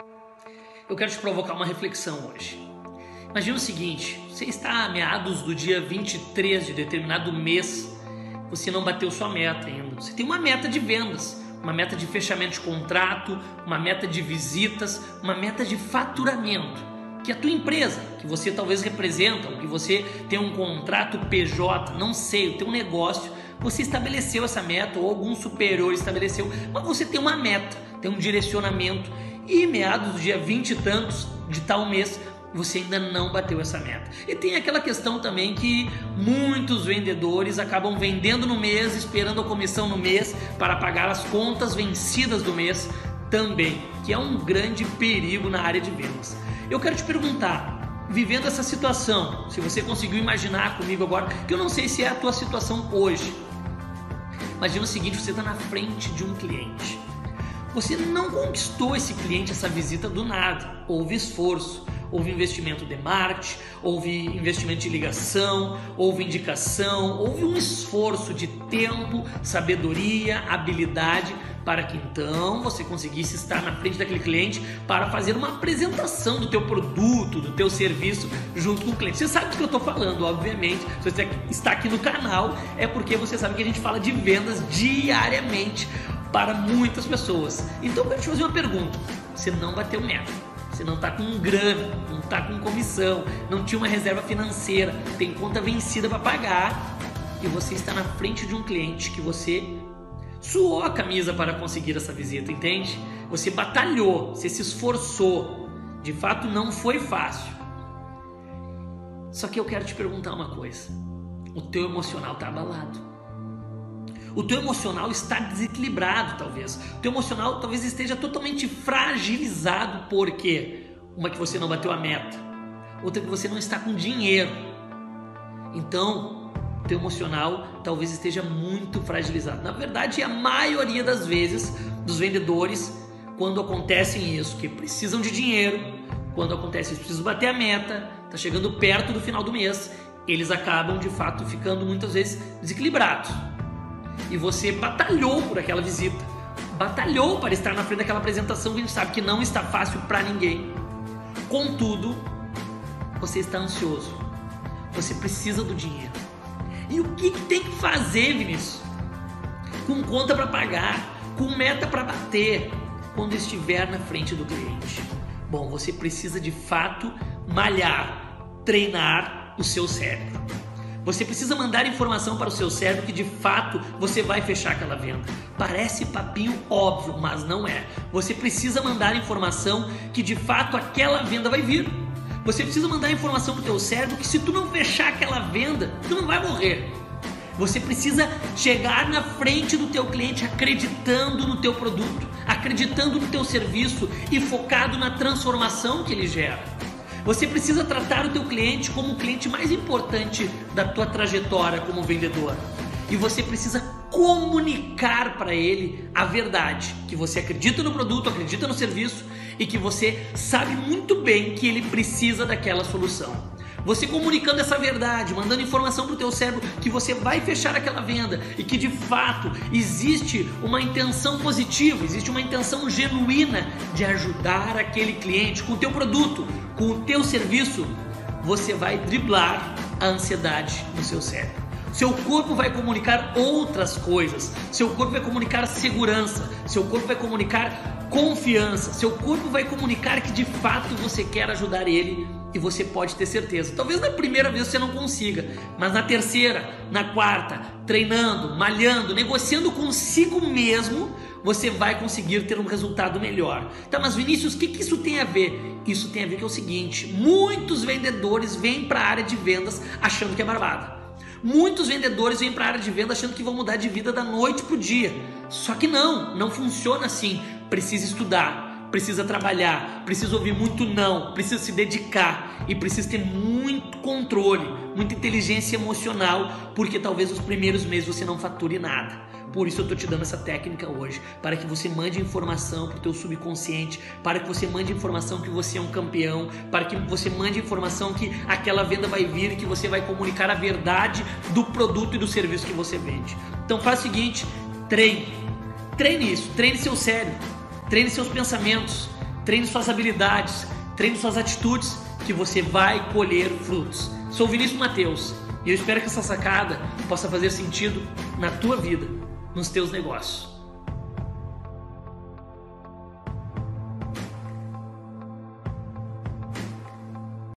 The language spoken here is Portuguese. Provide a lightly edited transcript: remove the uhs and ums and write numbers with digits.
Eu quero te provocar uma reflexão hoje. Imagina o seguinte, você está a meados do dia 23 de determinado mês, você não bateu sua meta ainda. Você tem uma meta de vendas, uma meta de fechamento de contrato, uma meta de visitas, uma meta de faturamento, que a tua empresa, que você talvez representa, ou que você tem um contrato PJ, não sei, o teu negócio, você estabeleceu essa meta, ou algum superior estabeleceu, mas você tem uma meta, tem um direcionamento, e meados do dia 20 e tantos de tal mês, você ainda não bateu essa meta. E tem aquela questão também que muitos vendedores acabam vendendo no mês, esperando a comissão no mês para pagar as contas vencidas do mês também, que é um grande perigo na área de vendas. Eu quero te perguntar, vivendo essa situação, se você conseguiu imaginar comigo agora, que eu não sei se é a tua situação hoje. Imagina o seguinte, você está na frente de um cliente. Você não conquistou esse cliente, essa visita do nada. Houve esforço, houve investimento de marketing, houve investimento de ligação, houve indicação, houve um esforço de tempo, sabedoria, habilidade, para que então você conseguisse estar na frente daquele cliente para fazer uma apresentação do teu produto, do teu serviço junto com o cliente. Você sabe do que eu estou falando, obviamente. Se você está aqui no canal, é porque você sabe que a gente fala de vendas diariamente para muitas pessoas. Então eu quero te fazer uma pergunta. Você não bateu meta, você não está com grana, não está com comissão, não tinha uma reserva financeira, tem conta vencida para pagar e você está na frente de um cliente que você suou a camisa para conseguir essa visita, entende? Você batalhou, você se esforçou, de fato não foi fácil. Só que eu quero te perguntar uma coisa, o teu emocional está abalado. O teu emocional está desequilibrado, talvez. O teu emocional talvez esteja totalmente fragilizado. Por quê? Uma que você não bateu a meta. Outra que você não está com dinheiro. Então, o teu emocional talvez esteja muito fragilizado. Na verdade, a maioria das vezes, dos vendedores, quando acontecem isso, que precisam de dinheiro, quando acontece isso, precisam bater a meta, está chegando perto do final do mês, eles acabam, de fato, ficando muitas vezes desequilibrados. E você batalhou por aquela visita, batalhou para estar na frente daquela apresentação que a gente sabe que não está fácil para ninguém. Contudo, você está ansioso, você precisa do dinheiro. E o que tem que fazer, Vinícius? Com conta para pagar, com meta para bater, quando estiver na frente do cliente? Bom, você precisa de fato malhar, treinar o seu cérebro. Você precisa mandar informação para o seu cérebro que de fato você vai fechar aquela venda. Parece papinho óbvio, mas não é. Você precisa mandar informação que de fato aquela venda vai vir. Você precisa mandar informação para o teu cérebro que se tu não fechar aquela venda, tu não vai morrer. Você precisa chegar na frente do teu cliente acreditando no teu produto, acreditando no teu serviço e focado na transformação que ele gera. Você precisa tratar o teu cliente como o cliente mais importante da tua trajetória como vendedor. E você precisa comunicar para ele a verdade, que você acredita no produto, acredita no serviço e que você sabe muito bem que ele precisa daquela solução. Você comunicando essa verdade, mandando informação para o teu cérebro que você vai fechar aquela venda e que de fato existe uma intenção positiva, existe uma intenção genuína de ajudar aquele cliente com o teu produto, com o teu serviço, você vai driblar a ansiedade no seu cérebro. Seu corpo vai comunicar outras coisas, seu corpo vai comunicar segurança, seu corpo vai comunicar confiança, seu corpo vai comunicar que de fato você quer ajudar ele e você pode ter certeza. Talvez na primeira vez você não consiga, mas na terceira, na quarta, treinando, malhando, negociando consigo mesmo, você vai conseguir ter um resultado melhor. Tá, mas Vinícius, o que isso tem a ver? Isso tem a ver que é o seguinte, muitos vendedores vêm para a área de vendas achando que é barbada. Muitos vendedores vêm para a área de venda achando que vão mudar de vida da noite para o dia. Só que não funciona assim. Precisa estudar, precisa trabalhar, precisa ouvir muito não, precisa se dedicar e precisa ter muito controle, muita inteligência emocional, porque talvez os primeiros meses você não fature nada. Por isso eu estou te dando essa técnica hoje, para que você mande informação para o teu subconsciente, para que você mande informação que você é um campeão, para que você mande informação que aquela venda vai vir e que você vai comunicar a verdade do produto e do serviço que você vende. Então faz o seguinte, treine isso, treine seu cérebro, treine seus pensamentos, treine suas habilidades, treine suas atitudes, que você vai colher frutos. Sou Vinícius Mateus e eu espero que essa sacada possa fazer sentido na tua vida, nos teus negócios.